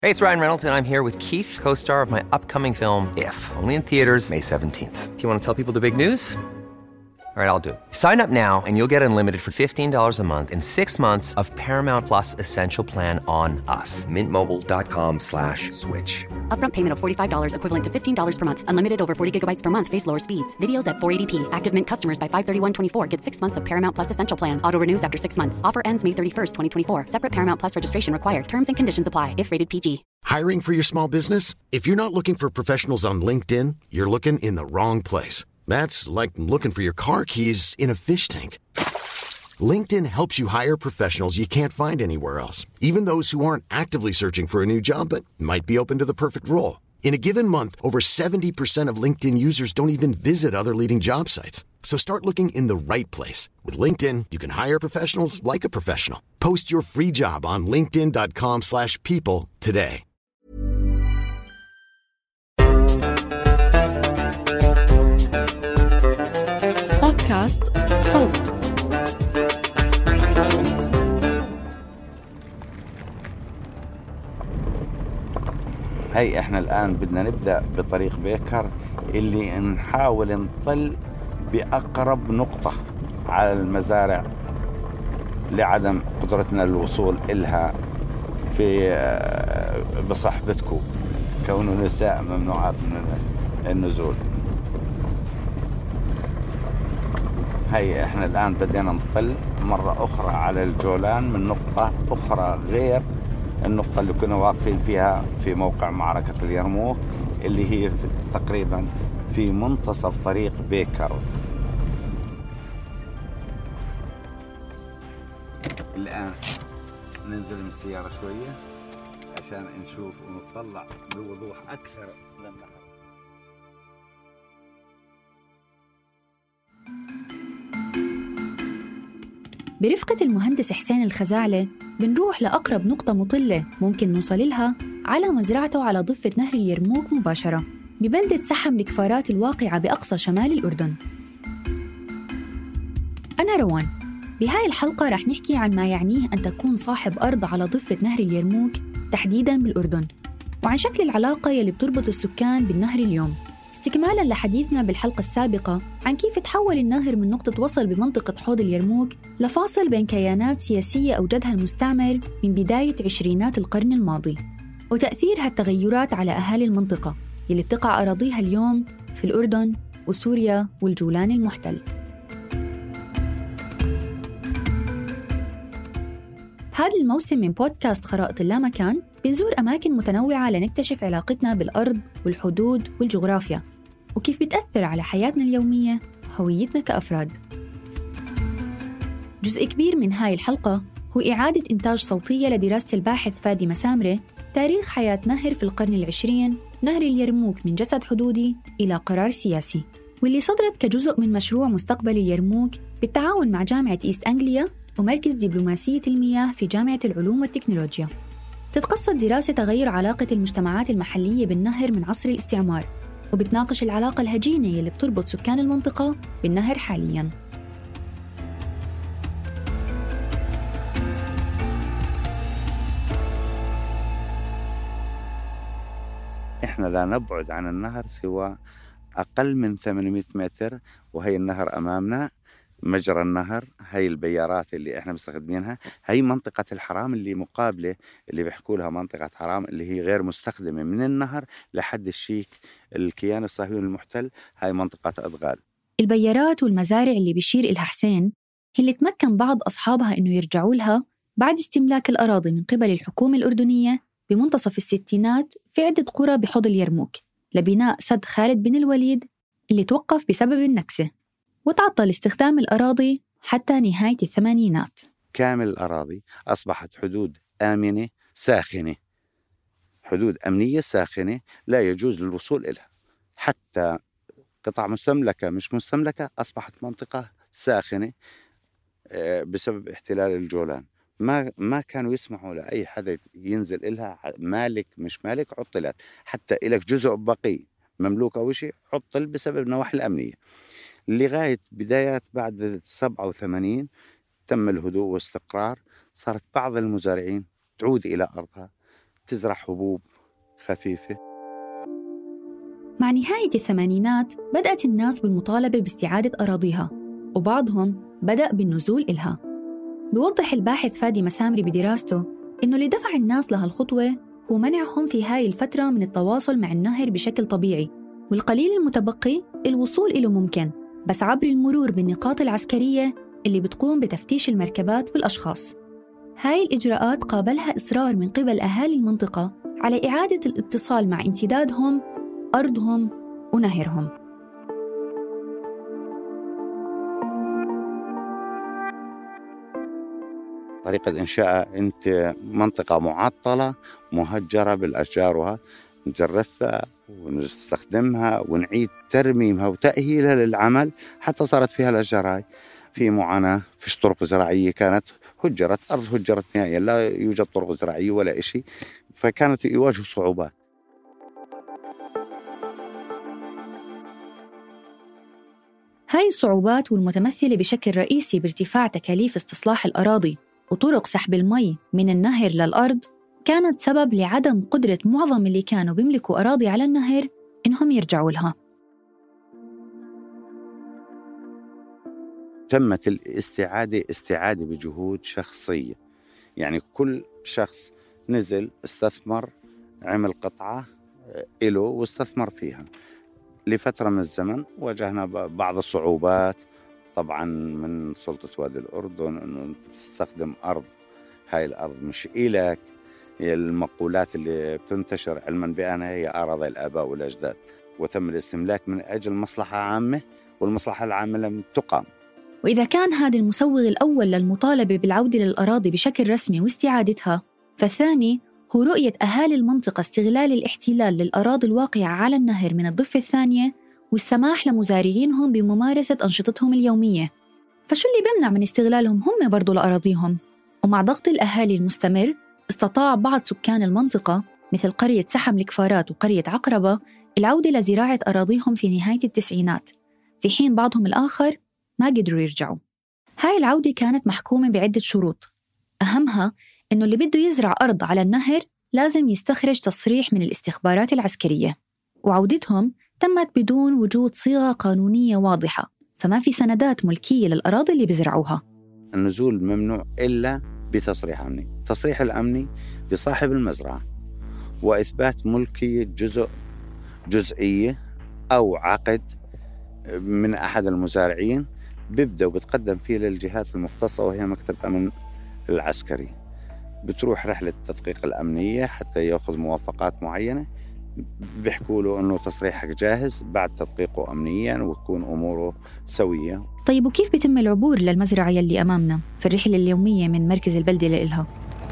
Hey, it's Ryan Reynolds, and I'm here with Keith, co-star of my upcoming film, If, only in theaters May 17th. Do you want to tell people the big news? All right, I'll do it. Sign up now and you'll get unlimited for $15 a month and 6 months of Paramount Plus Essential Plan on us. MintMobile.com/switch. Upfront payment of $45 equivalent to $15 per month. Unlimited over 40 gigabytes per month. Face lower speeds. Videos at 480p. Active Mint customers by 531.24 get 6 months of Paramount Plus Essential Plan. Auto renews after 6 months. Offer ends May 31st, 2024. Separate Paramount Plus registration required. Terms and conditions apply if rated PG. Hiring for your small business? If you're not looking for professionals on LinkedIn, you're looking in the wrong place. That's like looking for your car keys in a fish tank. LinkedIn helps you hire professionals you can't find anywhere else, even those who aren't actively searching for a new job but might be open to the perfect role. In a given month, over 70% of LinkedIn users don't even visit other leading job sites. So start looking in the right place. With LinkedIn, you can hire professionals like a professional. Post your free job on linkedin.com/people today. بودكاست صوت. هي احنا الآن بدنا نبدأ بطريق بيكر اللي نحاول نطل بأقرب نقطة على المزارع لعدم قدرتنا للوصول إلها في بصحبتكم كون النساء ممنوعات من النزول. هي احنا الآن بدينا نطل مرة أخرى على الجولان من نقطة أخرى غير النقطة اللي كنا واقفين فيها في موقع معركة اليرموك اللي هي تقريبا في منتصف طريق بيكر. الآن ننزل من السيارة شوية عشان نشوف ونطلع بوضوح أكثر للنهر. برفقة المهندس حسين الخزاعلة بنروح لأقرب نقطة مطلة ممكن نوصل لها على مزرعته على ضفة نهر اليرموك مباشرة ببلدة سحم الكفارات الواقعة بأقصى شمال الأردن. أنا روان. بهاي الحلقة رح نحكي عن ما يعنيه أن تكون صاحب أرض على ضفة نهر اليرموك تحديداً بالأردن، وعن شكل العلاقة يلي بتربط السكان بالنهر اليوم، استكمالاً لحديثنا بالحلقة السابقة عن كيف تحول النهر من نقطة وصل بمنطقة حوض اليرموك لفاصل بين كيانات سياسية أوجدها المستعمر من بداية عشرينات القرن الماضي، وتأثير هالتغيرات على أهالي المنطقة يلي بتقع أراضيها اليوم في الأردن وسوريا والجولان المحتل. هذا الموسم من بودكاست خرائط اللامكان بنزور أماكن متنوعة لنكتشف علاقتنا بالأرض والحدود والجغرافيا وكيف بتأثر على حياتنا اليومية وهويتنا كأفراد. جزء كبير من هاي الحلقة هو إعادة إنتاج صوتية لدراسة الباحث فادي مسامرة تاريخ حياة نهر في القرن العشرين، نهر اليرموك من جسد حدودي إلى قرار سياسي، واللي صدرت كجزء من مشروع مستقبل اليرموك بالتعاون مع جامعة إيست أنجليا ومركز دبلوماسية المياه في جامعة العلوم والتكنولوجيا. تتقصد دراسة تغير علاقة المجتمعات المحلية بالنهر من عصر الاستعمار، وبتناقش العلاقة الهجينة اللي بتربط سكان المنطقة بالنهر حالياً. إحنا لا نبعد عن النهر سوى أقل من 800 متر، وهي النهر أمامنا، مجرى النهر. هاي البيارات اللي احنا مستخدمينها، هاي منطقة الحرام اللي مقابلة، اللي بيحكوا لها منطقة حرام، اللي هي غير مستخدمة من النهر لحد الشيك الكيان الصهيوني المحتل. هاي منطقة أدغال. البيارات والمزارع اللي بيشير إلها حسين هي اللي تمكن بعض أصحابها إنه يرجعوا لها بعد استملاك الأراضي من قبل الحكومة الأردنية بمنتصف الستينات في عدة قرى بحوض اليرموك لبناء سد خالد بن الوليد اللي توقف بسبب النكسة، وتعطل استخدام الأراضي حتى نهاية الثمانينات. كامل الأراضي أصبحت حدود آمنة ساخنة، حدود أمنية ساخنة لا يجوز الوصول إليها. حتى قطع مستملكة مش مستملكة أصبحت منطقة ساخنة بسبب احتلال الجولان. ما كانوا يسمحوا لأي حدا ينزل إلها، مالك مش مالك، عطلت. حتى إلك جزء بقي مملوك أو شيء عطل بسبب النواحي الأمنية. لغاية بدايات بعد 87 تم الهدوء واستقرار، صارت بعض المزارعين تعود إلى أرضها تزرع حبوب خفيفة. مع نهاية الثمانينات بدأت الناس بالمطالبة باستعادة أراضيها، وبعضهم بدأ بالنزول إلها. بيوضح الباحث فادي مسامري بدراسته إنه اللي دفع الناس لهالخطوة هو منعهم في هاي الفترة من التواصل مع النهر بشكل طبيعي، والقليل المتبقي الوصول إله ممكن بس عبر المرور بالنقاط العسكرية اللي بتقوم بتفتيش المركبات والأشخاص. هاي الإجراءات قابلها إصرار من قبل أهالي المنطقة على إعادة الاتصال مع امتدادهم، أرضهم ونهرهم. طريقة إنشاء أنت منطقة معطلة مهجرة بالأشجار، نجرفها ونستخدمها ونعيد ترميمها وتأهيلها للعمل حتى صارت فيها الأشجار. هاي في معاناة، فيش طرق زراعية، كانت هجرت أرض، هجرت نهائيا، لا يوجد طرق زراعية ولا إشي، فكانت يواجهوا صعوبات. هاي الصعوبات والمتمثلة بشكل رئيسي بارتفاع تكاليف استصلاح الأراضي وطرق سحب المي من النهر للأرض كانت سبب لعدم قدرة معظم اللي كانوا بيملكوا أراضي على النهر إنهم يرجعوا لها. تمت الاستعادة بجهود شخصية، يعني كل شخص نزل استثمر، عمل قطعة إله واستثمر فيها. لفترة من الزمن واجهنا بعض الصعوبات طبعا من سلطة وادي الأردن، إنه تستخدم أرض، هاي الأرض مش إلك. هي المقولات اللي بتنتشر علما بأنها هي أراضي الآباء والأجداد، وتم الاستملاك من أجل مصلحة عامة، والمصلحة العامة لم تقام. وإذا كان هذا المسوغ الأول للمطالبة بالعودة للأراضي بشكل رسمي واستعادتها، فالثاني هو رؤية أهالي المنطقة استغلال الاحتلال للأراضي الواقعة على النهر من الضفة الثانية والسماح لمزارعينهم بممارسة أنشطتهم اليومية. فشو اللي بيمنع من استغلالهم هم برضو لأراضيهم؟ ومع ضغط الأهالي المستمر استطاع بعض سكان المنطقة مثل قرية سحم الكفارات وقرية عقربة العودة لزراعة أراضيهم في نهاية التسعينات، في حين بعضهم الآخر ما قدروا يرجعوا. هاي العودة كانت محكومة بعدة شروط، أهمها إنه اللي بده يزرع أرض على النهر لازم يستخرج تصريح من الاستخبارات العسكرية، وعودتهم تمت بدون وجود صيغة قانونية واضحة، فما في سندات ملكية للأراضي اللي بيزرعوها. النزول ممنوع إلا بتصريح أمني. التصريح الأمني لصاحب المزرعة وإثبات ملكية جزئية أو عقد من أحد المزارعين، بيبدأ وبتقدم فيه للجهات المختصة وهي مكتب أمن العسكري. بتروح رحلة التدقيق الأمنية حتى يأخذ موافقات معينة، بيحكوا له أنه تصريحك جاهز بعد تدقيقه أمنيا وتكون أموره سوية. طيب وكيف بيتم العبور للمزرعة يلي أمامنا في الرحلة اليومية من مركز البلدة لإلها؟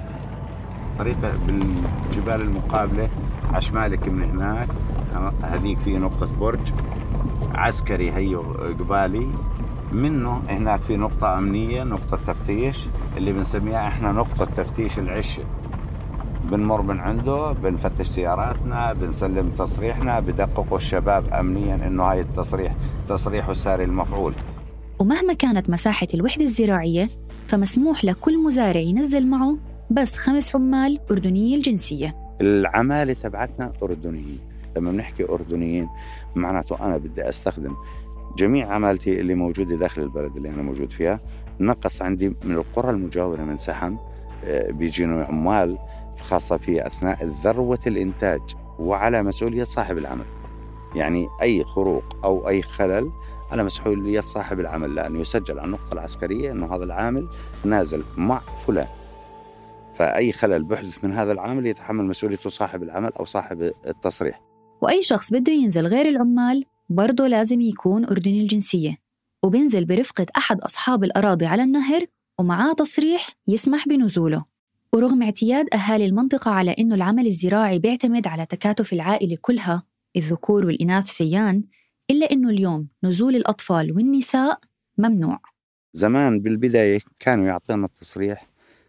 طريقة بالجبال المقابلة عشمالك من هناك، هذيك في نقطة برج عسكري هي قبالي، منه هناك في نقطة أمنية، نقطة تفتيش اللي بنسميها إحنا نقطة تفتيش العشة. بنمر من عنده، بنفتش سياراتنا، بنسلم تصريحنا، بدققوا الشباب أمنيا إنه هاي تصريحه ساري المفعول. ومهما كانت مساحة الوحدة الزراعية فمسموح لكل مزارع ينزل معه بس 5 عمال أردنيي الجنسية. العمالة تبعتنا أردنيين. لما بنحكي أردنيين معناته أنا بدي أستخدم جميع عمالتي اللي موجودة داخل البلد اللي أنا موجود فيها. نقص عندي من القرى المجاورة من سحم بيجينوا عمال خاصة في أثناء ذروة الإنتاج، وعلى مسؤولية صاحب العمل. يعني أي خروق أو أي خلل على مسؤولية صاحب العمل، لأنه يسجل على النقطة العسكرية أنه هذا العامل نازل مع فلان، فأي خلل بحدث من هذا العامل يتحمل مسؤوليته صاحب العمل أو صاحب التصريح. وأي شخص بده ينزل غير العمال برضه لازم يكون أردني الجنسية، وبينزل برفقة أحد أصحاب الأراضي على النهر ومعاه تصريح يسمح بنزوله. ورغم اعتياد أهالي المنطقة على إنه العمل الزراعي بيعتمد على تكاتف العائلة كلها، الذكور والإناث سيان، إلا إنه اليوم نزول الأطفال والنساء ممنوع. زمان بالبداية كانوا يعطينا التصريح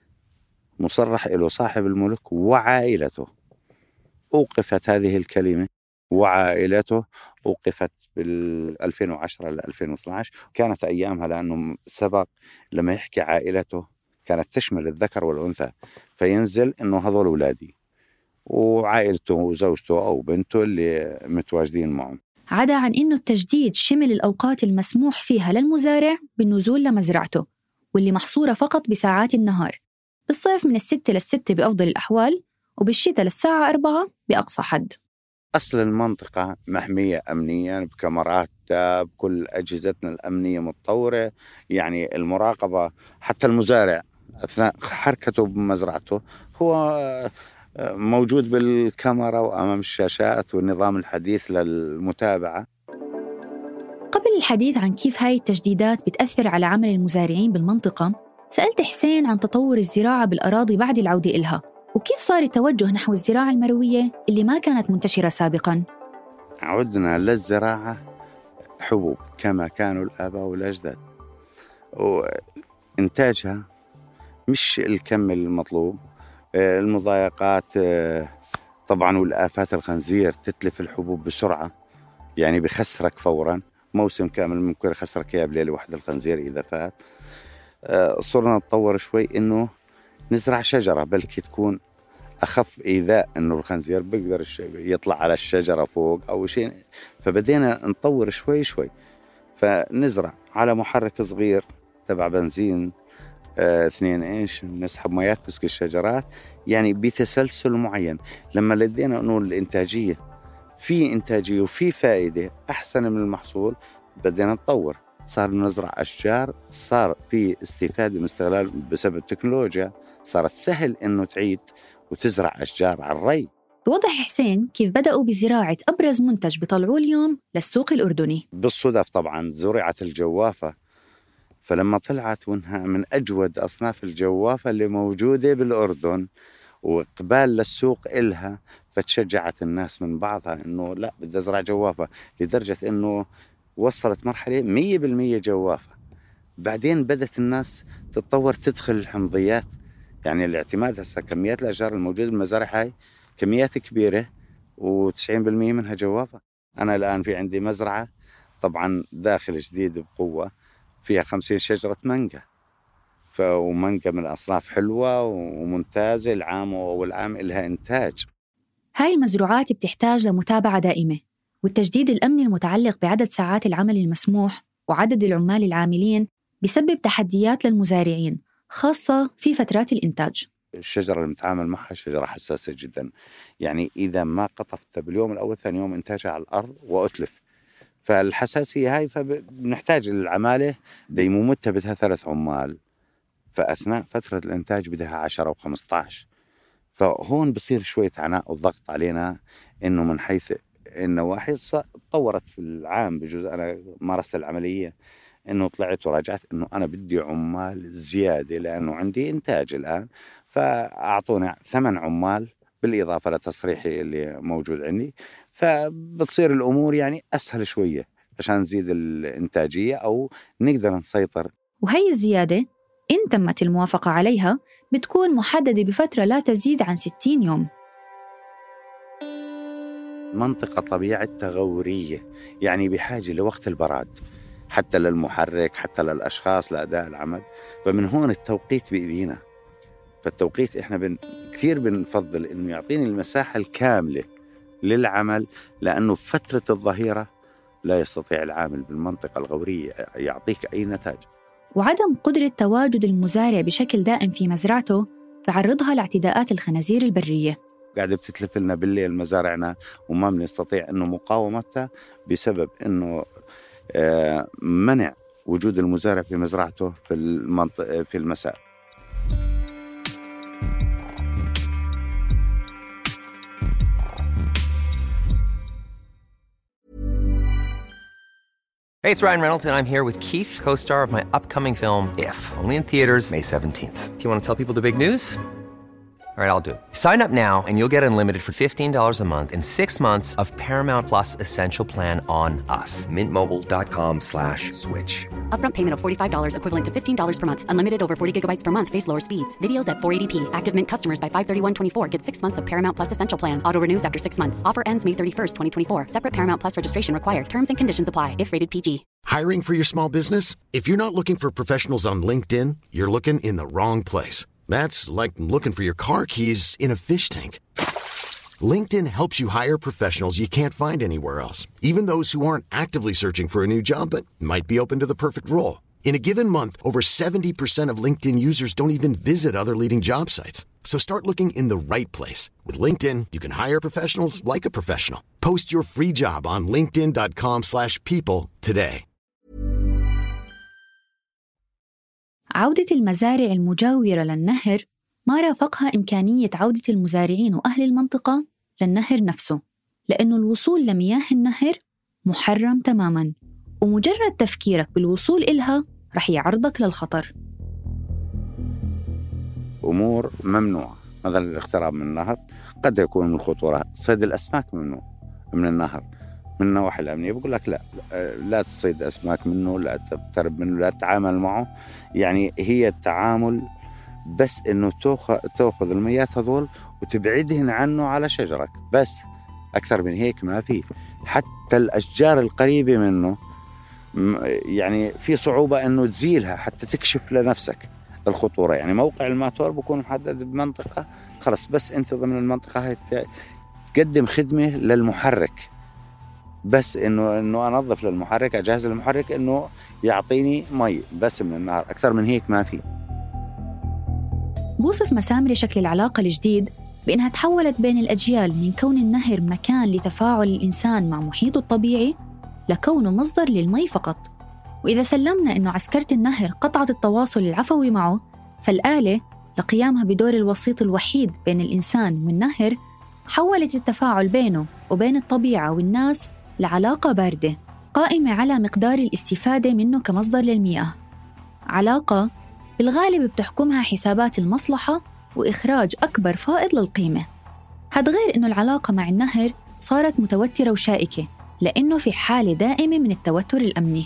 مصرح له صاحب الملك وعائلته. أوقفت هذه الكلمة وعائلته، أوقفت بال2010 ل 2012. كانت أيامها لأنه سبق لما يحكي عائلته كانت تشمل الذكر والأنثى، فينزل إنه هذول أولادي. وعائلته وزوجته أو بنته اللي متواجدين معهم. عدا عن إنه التجديد شمل الأوقات المسموح فيها للمزارع بالنزول لمزرعته واللي محصورة فقط بساعات النهار، بالصيف من 6 لل6 بأفضل الأحوال، وبالشتاء للساعة 4 بأقصى حد. أصل المنطقة محمية أمنيا بكاميرات، بكل أجهزتنا الأمنية متطورة، يعني المراقبة. حتى المزارع أثناء حركته بمزرعته هو موجود بالكاميرا وأمام الشاشات والنظام الحديث للمتابعة. قبل الحديث عن كيف هاي التجديدات بتأثر على عمل المزارعين بالمنطقة، سألت حسين عن تطور الزراعة بالأراضي بعد العودة إلها، وكيف صار التوجه نحو الزراعة المروية اللي ما كانت منتشرة سابقاً. عدنا للزراعة حبوب كما كانوا الآباء والأجداد، وإنتاجها مش الكم المطلوب. المضايقات طبعاً والآفات، الخنزير تتلف الحبوب بسرعة، يعني بخسرك فوراً. موسم كامل ممكن يخسرك إياه بليلة واحدة الخنزير إذا فات. صرنا نتطور شوي إنه نزرع شجرة بلكي تكون أخف إيذاء، إنه الخنزير بيقدر يطلع على الشجرة فوق أو شيء. فبدينا نطور شوي شوي، فنزرع على محرك صغير تبع بنزين 2 إنش، نسحب مياه تسقي الشجرات، يعني بتسلسل معين. لما لدينا إنه الإنتاجية في إنتاجية وفي فائدة أحسن من المحصول، بدينا نطور. صار نزرع أشجار، صار في استفادة من استغلال بسبب التكنولوجيا، صارت سهل إنه تعيد وتزرع أشجار على الري. بوضح حسين كيف بدأوا بزراعة أبرز منتج بيطلعوه اليوم للسوق الأردني. بالصدف طبعاً زرعت الجوافة، فلما طلعت وإنها من أجود أصناف الجوافة اللي موجودة بالأردن وإقبال للسوق إلها، فتشجعت الناس من بعضها إنه لا بدي أزرع جوافة، لدرجة إنه وصلت مرحلة 100% جوافة. بعدين بدأت الناس تتطور تدخل الحمضيات، يعني الاعتماد هسه كميات الأشجار الموجودة بالمزارع هاي كميات كبيرة و90% منها جوافة. أنا الآن في عندي مزرعة طبعا داخل جديد بقوة فيها 50 شجرة مانجا، ومانجا من أصناف حلوة وممتازة، العام والعام إلها إنتاج. هاي المزروعات بتحتاج لمتابعة دائمة، والتجديد الأمني المتعلق بعدد ساعات العمل المسموح وعدد العمال العاملين بيسبب تحديات للمزارعين، خاصة في فترات الإنتاج. الشجرة اللي نتعامل معها شجرة حساسة جدا، يعني إذا ما قطفت باليوم الأول ثاني يوم إنتاجها على الأرض وأتلف. فالحساسية هاي فبنحتاج للعمالة ديمومتها بدها 3 عمال، فأثناء فترة الإنتاج بدها 10 و15. فهون بصير شوية عناء وضغط علينا، إنه من حيث النواحي تطورت في العام بجزء. أنا مارست العملية إنه طلعت وراجعت إنه أنا بدي عمال زيادة لأنه عندي إنتاج الآن، فأعطوني 8 عمال بالإضافة لتصريحي اللي موجود عندي. فبتصير الأمور يعني أسهل شوية عشان نزيد الإنتاجية أو نقدر نسيطر. وهي الزيادة إن تمت الموافقة عليها بتكون محددة بفترة لا تزيد عن 60 يوم. منطقة طبيعة تغورية، يعني بحاجة لوقت البراد حتى للمحرك حتى للأشخاص لأداء العمل. فمن هون التوقيت بإيدينا، فالتوقيت إحنا كثير بنفضل إنه يعطيني المساحة الكاملة للعمل، لأنه فترة الظهيرة لا يستطيع العامل بالمنطقة الغورية يعطيك أي نتاج. وعدم قدرة تواجد المزارع بشكل دائم في مزرعته بعرضها لاعتداءات الخنازير البرية. قاعدة بتتلف لنا بالليل مزارعنا وما بنستطيع إنه مقاومتها بسبب إنه منع وجود المزارع في مزرعته في المساء. Hey, it's Ryan Reynolds, and I'm here with Keith, co-star of my upcoming film, If, only in theaters May 17th. Do you want to tell people the big news? All right, I'll do it. Sign up now and you'll get unlimited for $15 a month and 6 months of Paramount Plus Essential Plan on us. MintMobile.com/switch. Upfront payment of $45 equivalent to $15 per month. Unlimited over 40 gigabytes per month. Face lower speeds. Videos at 480p. Active Mint customers by 531.24 get 6 months of Paramount Plus Essential Plan. Auto renews after 6 months. Offer ends May 31st, 2024. Separate Paramount Plus registration required. Terms and conditions apply if rated PG. Hiring for your small business? If you're not looking for professionals on LinkedIn, you're looking in the wrong place. That's like looking for your car keys in a fish tank. LinkedIn helps you hire professionals you can't find anywhere else, even those who aren't actively searching for a new job but might be open to the perfect role. In a given month, over 70% of LinkedIn users don't even visit other leading job sites. So start looking in the right place. With LinkedIn, you can hire professionals like a professional. Post your free job on linkedin.com/people today. عودة المزارع المجاورة للنهر ما رافقها إمكانية عودة المزارعين وأهل المنطقة للنهر نفسه، لأنه الوصول لمياه النهر محرم تماماً، ومجرد تفكيرك بالوصول إلها رح يعرضك للخطر. أمور ممنوعة، مثلا الاقتراب من النهر قد يكون من الخطورة. صيد الأسماك ممنوع من النهر من النواحي الأمنية، بقول لك لا تصيد أسماك منه، لا تقترب منه، لا تتعامل معه. يعني هي التعامل بس إنه تأخذ المياه هذول وتبعدهن عنه على شجرك بس، أكثر من هيك ما في. حتى الأشجار القريبة منه يعني في صعوبة إنه تزيلها حتى تكشف لنفسك الخطورة. يعني موقع الماتور بيكون محدد بمنطقة، خلاص بس أنت ضمن المنطقة هاي تقدم خدمة للمحرك، بس إنه أنظف للمحرك، أجهز للمحرك إنه يعطيني مي بس من النهر، أكثر من هيك ما في. بوصف مسامري شكل العلاقة الجديد بأنها تحولت بين الأجيال من كون النهر مكان لتفاعل الإنسان مع محيطه الطبيعي لكونه مصدر للمي فقط. وإذا سلمنا أنه عسكرة النهر قطعت التواصل العفوي معه، فالآلة لقيامها بدور الوسيط الوحيد بين الإنسان والنهر حولت التفاعل بينه وبين الطبيعة والناس لعلاقة باردة قائمة على مقدار الاستفادة منه كمصدر للمياه، علاقة بالغالب بتحكمها حسابات المصلحة وإخراج أكبر فائض للقيمة. هذا غير أنه العلاقة مع النهر صارت متوترة وشائكة لأنه في حالة دائمة من التوتر الأمني.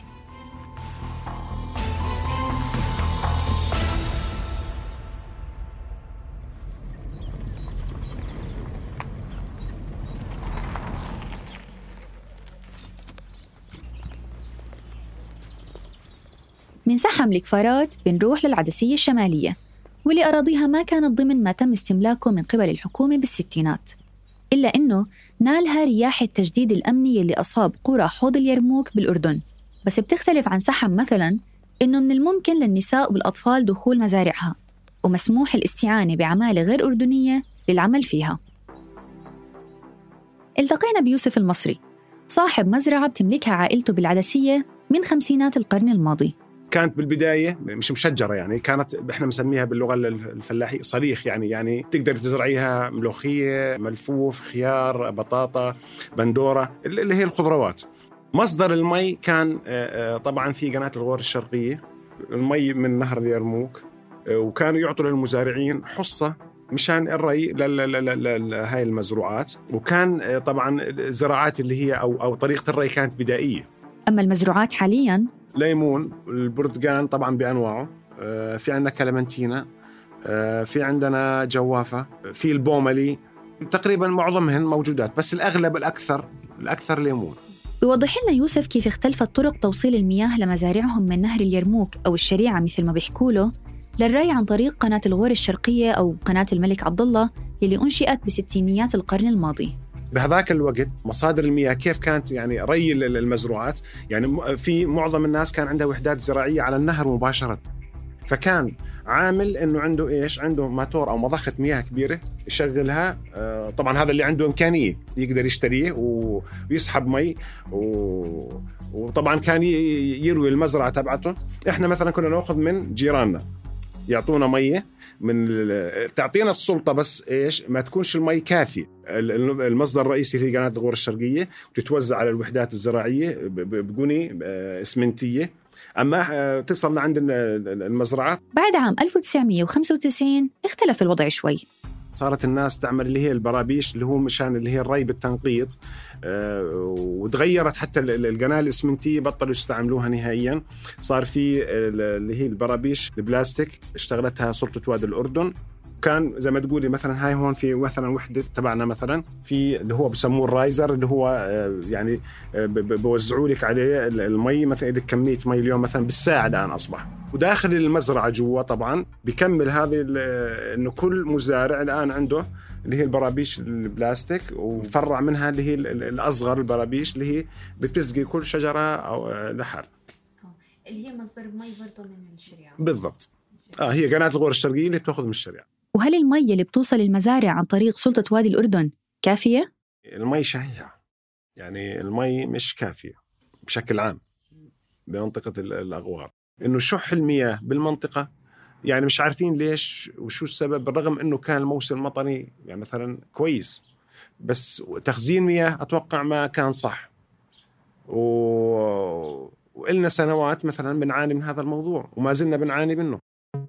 من سحم الكفارات بنروح للعدسية الشمالية، واللي أراضيها ما كانت ضمن ما تم استملاكه من قبل الحكومة بالستينات، إلا أنه نالها رياح التجديد الأمني اللي أصاب قرى حوض اليرموك بالأردن. بس بتختلف عن سحم مثلاً أنه من الممكن للنساء والأطفال دخول مزارعها، ومسموح الاستعانة بعمالة غير أردنية للعمل فيها. التقينا بيوسف المصري، صاحب مزرعة بتملكها عائلته بالعدسية من خمسينات القرن الماضي. كانت بالبداية مش مشجرة، يعني كانت احنا مسميها باللغة الفلاحية صريخ، يعني تقدر تزرعيها ملوخية، ملفوف، خيار، بطاطا، بندورة، اللي هي الخضروات. مصدر المي كان طبعا في قناة الغور الشرقية، المي من نهر اليرموك، وكانوا يعطوا للمزارعين حصة مشان الري هاي المزروعات. وكان طبعا الزراعات اللي هي أو طريقة الري كانت بدائية. أما المزروعات حالياً ليمون، البرتقال طبعا بأنواعه، في عندنا كلمنتينا، في عندنا جوافة، في البوملي، تقريبا معظمهن موجودات، بس الأغلب الأكثر ليمون. بيوضح لنا يوسف كيف اختلفت طرق توصيل المياه لمزارعهم من نهر اليرموك أو الشريعة مثل ما بيحكوله للري عن طريق قناة الغور الشرقية أو قناة الملك عبد الله اللي أنشئت بستينيات القرن الماضي. بهذاك الوقت مصادر المياه كيف كانت، يعني ري المزروعات، يعني في معظم الناس كان عندها وحدات زراعية على النهر مباشرة، فكان عامل إنه عنده ماتور أو مضخة مياه كبيرة يشغلها. طبعا هذا اللي عنده إمكانية يقدر يشتريه ويسحب مي، وطبعا كان يروي المزرعة تبعته. إحنا مثلا كنا نأخذ من جيراننا يعطونا مية تعطينا السلطة، بس ما تكونش المي كافي. المصدر الرئيسي هي قناة الغور الشرقية، وتتوزع على الوحدات الزراعية بقني اسمنتية، أما تصل لعند المزرعة. بعد عام 1995 اختلف الوضع شوي، صارت الناس تعمل اللي هي البرابيش، اللي هو مشان اللي هي الري بالتنقيط، وتغيرت حتى القناة الإسمنتية بطلوا يستعملوها نهائيا. صار في اللي هي البرابيش البلاستيك، اشتغلتها سلطة وادي الأردن. كان زي ما تقولي مثلا هاي هون في مثلا وحدة تبعنا مثلا في اللي هو بسموه الرايزر، اللي هو يعني بوزعوا لك عليه المي، مثلا لك كمية مي اليوم مثلا بالساعة الآن أصبح، وداخل المزرعة جوا طبعا بيكمل هذه إنه كل مزارع الآن عنده اللي هي البرابيش البلاستيك، وفرع منها اللي هي الأصغر البرابيش اللي هي بتسقي كل شجرة أو لحال، اللي هي مصدر مي برضه من الشريعة. بالضبط. هي قناة الغور الشرقية اللي بتأخذ من الشريعة. وهل المي اللي بتوصل المزارع عن طريق سلطة وادي الأردن كافية؟ المي شهية، يعني المي مش كافية بشكل عام بمنطقة الأغوار. إنه شح المياه بالمنطقة يعني مش عارفين ليش وشو السبب، بالرغم إنه كان الموسم المطري يعني مثلا كويس، بس تخزين مياه أتوقع ما كان صح. وإلنا سنوات مثلا بنعاني من هذا الموضوع وما زلنا بنعاني منه.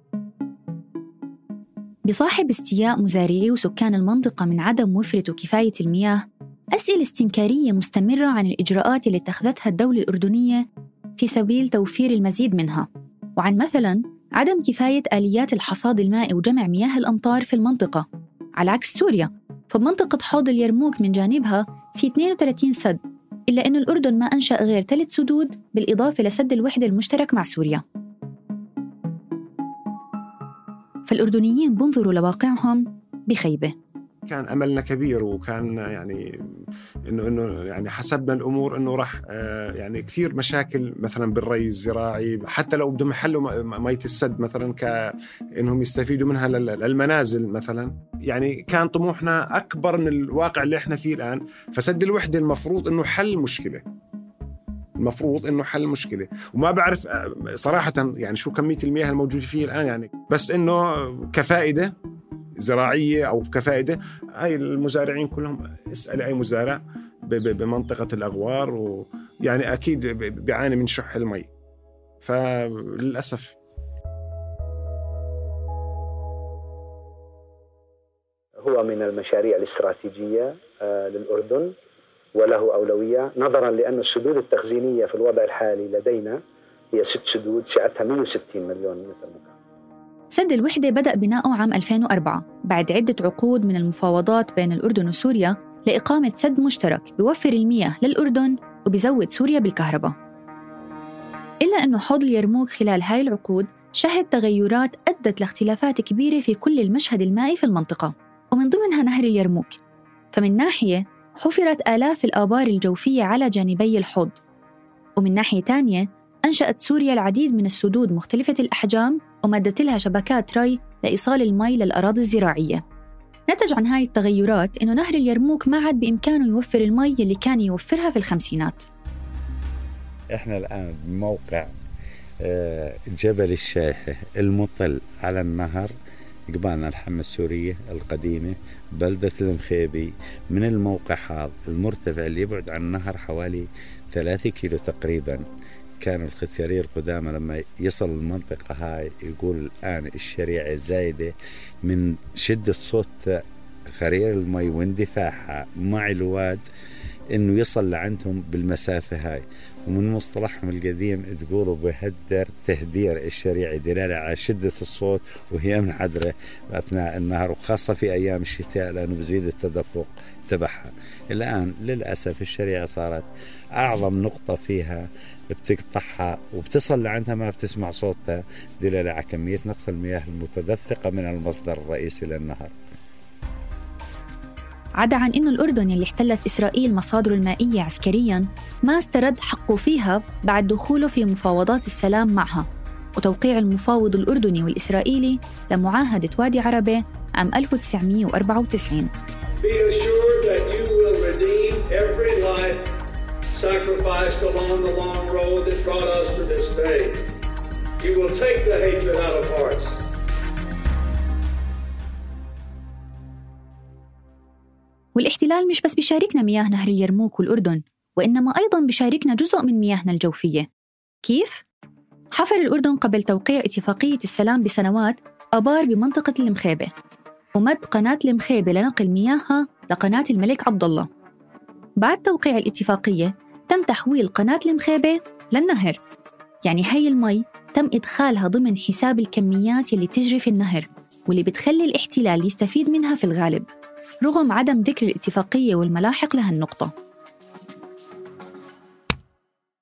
بصاحب استياء مزارعي وسكان المنطقة من عدم وفرة وكفاية المياه أسئلة استنكارية مستمرة عن الإجراءات اللي اتخذتها الدولة الأردنية في سبيل توفير المزيد منها، وعن مثلاً عدم كفاية آليات الحصاد المائي وجمع مياه الأمطار في المنطقة، على عكس سوريا. فبمنطقة حوض اليرموك من جانبها في 32 سد، إلا أن الأردن ما أنشأ غير 3 سدود بالإضافة لسد الوحدة المشترك مع سوريا. فالأردنيين بنظروا لواقعهم بخيبة. كان أملنا كبير، وكان يعني إنه يعني حسبنا الأمور إنه راح يعني كثير مشاكل مثلا بالري الزراعي، حتى لو بدهم يحلوا مية السد مثلا كإنهم يستفيدوا منها للمنازل مثلا. يعني كان طموحنا أكبر من الواقع اللي إحنا فيه الآن. فسد الوحدة المفروض إنه حل مشكلة، المفروض إنه حل مشكلة، وما بعرف صراحة يعني شو كمية المياه الموجودة فيه الآن يعني، بس إنه كفائدة زراعية أو كفائدة، هاي المزارعين كلهم اسأل أي مزارع بمنطقة الأغوار، ويعني أكيد بيعاني من شح المي. فللأسف هو من المشاريع الاستراتيجية للأردن وله أولوية، نظرا لأن السدود التخزينية في الوضع الحالي لدينا هي 6 سدود سعتها 160 مليون متر مكعب. سد الوحدة بدأ بناؤه عام 2004 بعد عدة عقود من المفاوضات بين الأردن وسوريا لإقامة سد مشترك بيوفر المياه للأردن وبيزود سوريا بالكهرباء. إلا أنه حوض اليرموك خلال هاي العقود شهد تغيرات أدت لاختلافات كبيرة في كل المشهد المائي في المنطقة، ومن ضمنها نهر اليرموك. فمن ناحية حفرت آلاف الآبار الجوفية على جانبي الحوض، ومن ناحية تانية أنشأت سوريا العديد من السدود مختلفة الأحجام ومدت لها شبكات ري لإيصال المي للأراضي الزراعية. نتج عن هاي التغيرات إنه نهر اليرموك ما عاد بإمكانه يوفر المي اللي كان يوفرها في الخمسينات. إحنا الآن بموقع جبل الشايحة المطل على النهر قبالنا الحمى السورية القديمة، بلدة المخيبي. من الموقع هذا المرتفع اللي يبعد عن النهر حوالي 3 كيلو تقريبا، كانوا الختيارية القدامى لما يصل المنطقة هاي يقول الآن الشريعة زايدة من شدة صوت خرير المي واندفاعها مع الواد إنه يصل لعندهم بالمسافة هاي. ومن مصطلحهم القديم تقولوا بهدر تهدير الشريعة، دلالة على شدة الصوت وهي منحدرة أثناء النهر، وخاصة في أيام الشتاء لأنه بزيد التدفق تبعها. الآن للأسف الشريعة صارت أعظم نقطة فيها بتقطعها وبتصل لعندها ما بتسمع صوتها، دلالة على كمية نقص المياه المتدفقة من المصدر الرئيسي للنهر. عدا عن إنه الأردن اللي احتلت إسرائيل مصادره المائية عسكرياً ما استرد حقه فيها بعد دخوله في مفاوضات السلام معها وتوقيع المفاوض الأردني والإسرائيلي لمعاهدة وادي عربة عام 1994. Sacrificed along the long road that brought us to this day. You will take the hatred out of hearts. والاحتلال مش بس بيشاركنا مياه نهر اليرموك والأردن، وإنما أيضاً بيشاركنا جزء من مياهنا الجوفية. كيف؟ حفر الأردن قبل توقيع اتفاقية السلام بسنوات آبار بمنطقة المخيبة، ومد قناة المخيبة لنقل مياهها لقناة الملك عبد الله. بعد توقيع الاتفاقية تم تحويل قناة المخيبة للنهر، يعني هاي المي تم إدخالها ضمن حساب الكميات اللي تجري في النهر واللي بتخلي الاحتلال يستفيد منها في الغالب، رغم عدم ذكر الاتفاقية والملاحق لها النقطة.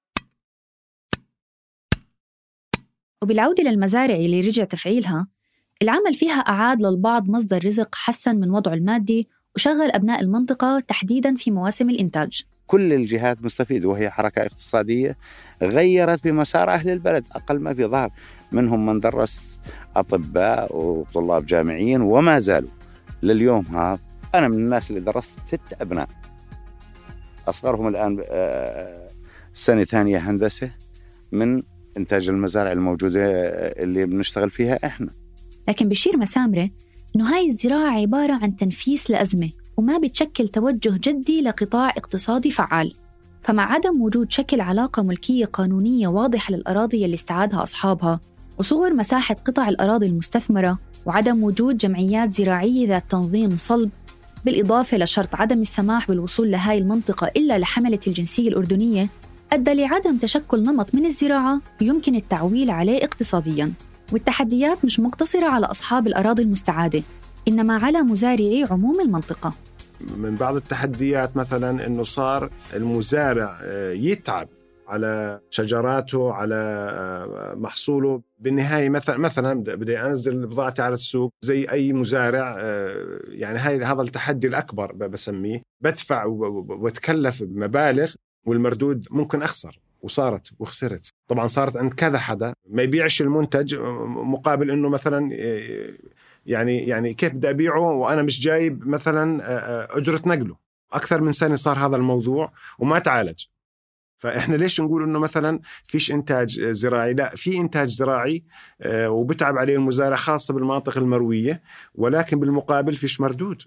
وبالعودة للمزارع اللي رجع تفعيلها، العمل فيها أعاد للبعض مصدر رزق، حسن من وضعه المادي، وشغل أبناء المنطقة تحديداً في مواسم الإنتاج. كل الجهات مستفيدة، وهي حركة اقتصادية غيرت بمسار أهل البلد أقل ما في ظهر. منهم من درس أطباء وطلاب جامعيين وما زالوا لليوم. ها أنا من الناس اللي درست 6 أبناء، أصغرهم الآن سنة ثانية هندسة، من إنتاج المزارع الموجودة اللي بنشتغل فيها إحنا. لكن بشير مسامرة إنه هاي الزراعة عبارة عن تنفيس لأزمة، وما بتشكل توجه جدي لقطاع اقتصادي فعال. فمع عدم وجود شكل علاقة ملكية قانونية واضحة للأراضي اللي استعادها أصحابها، وصغر مساحة قطع الأراضي المستثمرة، وعدم وجود جمعيات زراعية ذات تنظيم صلب، بالإضافة لشرط عدم السماح بالوصول لهاي المنطقة إلا لحملة الجنسية الأردنية، أدى لعدم تشكل نمط من الزراعة يمكن التعويل عليه اقتصادياً. والتحديات مش مقتصرة على أصحاب الأراضي المستعادة، إنما على مزارعي عموم المنطقة. من بعض التحديات مثلا أنه صار المزارع يتعب على شجراته، على محصوله. بالنهاية مثلا بدي أنزل بضاعتي على السوق زي أي مزارع، يعني هذا التحدي الأكبر بسميه. بدفع واتكلف بمبالغ والمردود ممكن أخسر، وصارت وخسرت. طبعا صارت عند كذا حدا ما يبيعش المنتج مقابل أنه مثلا يعني كيف بدي أبيعه وأنا مش جايب مثلا أجرة نقله. أكثر من سنة صار هذا الموضوع وما تعالج. فإحنا ليش نقول إنه مثلا فيش إنتاج زراعي؟ لا، في إنتاج زراعي وبتعب عليه المزارع، خاصة بالمناطق المروية، ولكن بالمقابل فيش مردود.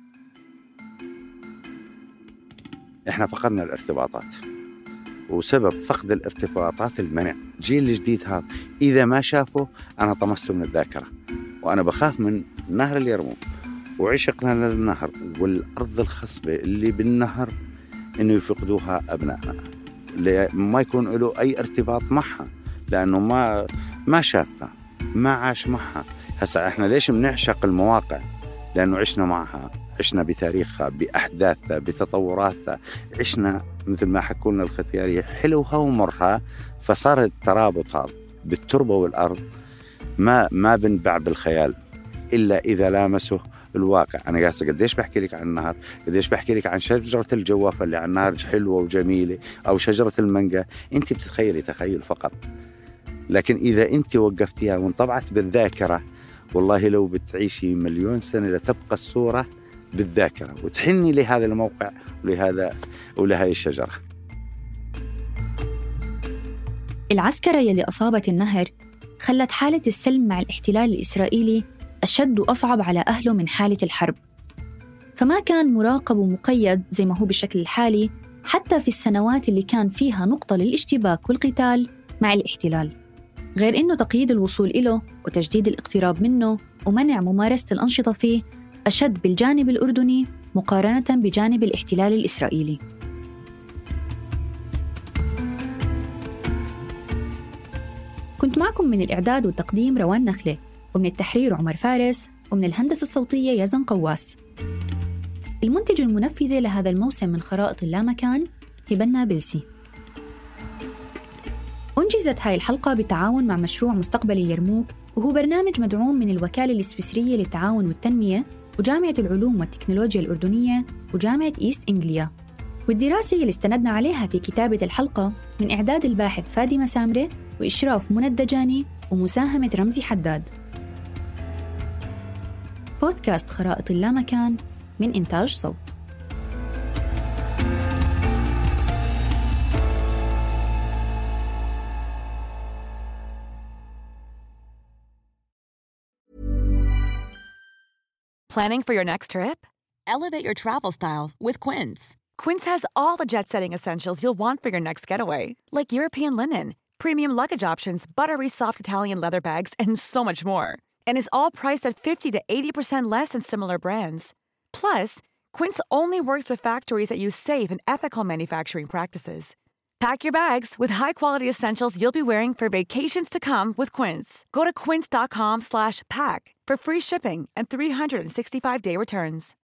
إحنا فقدنا الارتباطات، وسبب فقد الارتباطات المنع. جيل الجديد هذا إذا ما شافه أنا طمسته من الذاكرة. وأنا بخاف من نهر اليرموك وعشقنا للنهر والأرض الخصبة اللي بالنهر إنه يفقدوها أبنائنا، ما يكون له أي ارتباط معها، لأنه ما شافها، ما عاش معها. هسا إحنا ليش بنعشق المواقع؟ لأنه عشنا معها، عشنا بتاريخها، بأحداثها، بتطوراتها، عشنا مثل ما حكولنا الختيارية حلوها ومرها. فصار الترابط هذا بالتربة والأرض ما بنبع بالخيال إلا إذا لامسه الواقع. أنا قاسة قديش بحكي لك عن النهر، قديش بحكي لك عن شجرة الجوافة اللي عن النهر حلوة وجميلة، أو شجرة المانجا. أنت بتتخيلي تخيل فقط، لكن إذا أنت وقفتيها وانطبعت بالذاكرة، والله لو بتعيشي 1,000,000 سنة لتبقى الصورة بالذاكرة وتحني لهذا الموقع ولهذه الشجرة. العسكرة يلي أصابت النهر خلت حالة السلم مع الاحتلال الإسرائيلي أشد وأصعب على أهله من حالة الحرب. فما كان مراقب ومقيد زي ما هو بالشكل الحالي حتى في السنوات اللي كان فيها نقطة للاشتباك والقتال مع الاحتلال، غير إنه تقييد الوصول إله وتجديد الاقتراب منه ومنع ممارسة الأنشطة فيه أشد بالجانب الأردني مقارنة بجانب الاحتلال الإسرائيلي. كنت معكم من الإعداد والتقديم روان نخلة، ومن التحرير عمر فارس، ومن الهندسة الصوتية يزن قواس. المنتج المنفذة لهذا الموسم من خرائط اللامكان هبة نابلسي. أنجزت هاي الحلقة بالتعاون مع مشروع مستقبل اليرموك، وهو برنامج مدعوم من الوكالة السويسرية للتعاون والتنمية وجامعة العلوم والتكنولوجيا الأردنية وجامعة إيست إنجليا. والدراسة اللي استندنا عليها في كتابة الحلقة من إعداد الباحث فادي مسامرة وإشراف منى الدجاني ومساهمة رمزي حداد. بودكاست خرائط اللامكان من إنتاج صوت. Planning for your next trip? Elevate your travel style with Quince. Quince has all the jet-setting essentials you'll want for your next getaway, like European linen, premium luggage options, buttery soft Italian leather bags, and so much more. And is all priced at 50 to 80% less than similar brands. Plus, Quince only works with factories that use safe and ethical manufacturing practices. Pack your bags with high-quality essentials you'll be wearing for vacations to come with Quince. Go to quince.com/pack for free shipping and 365-day returns.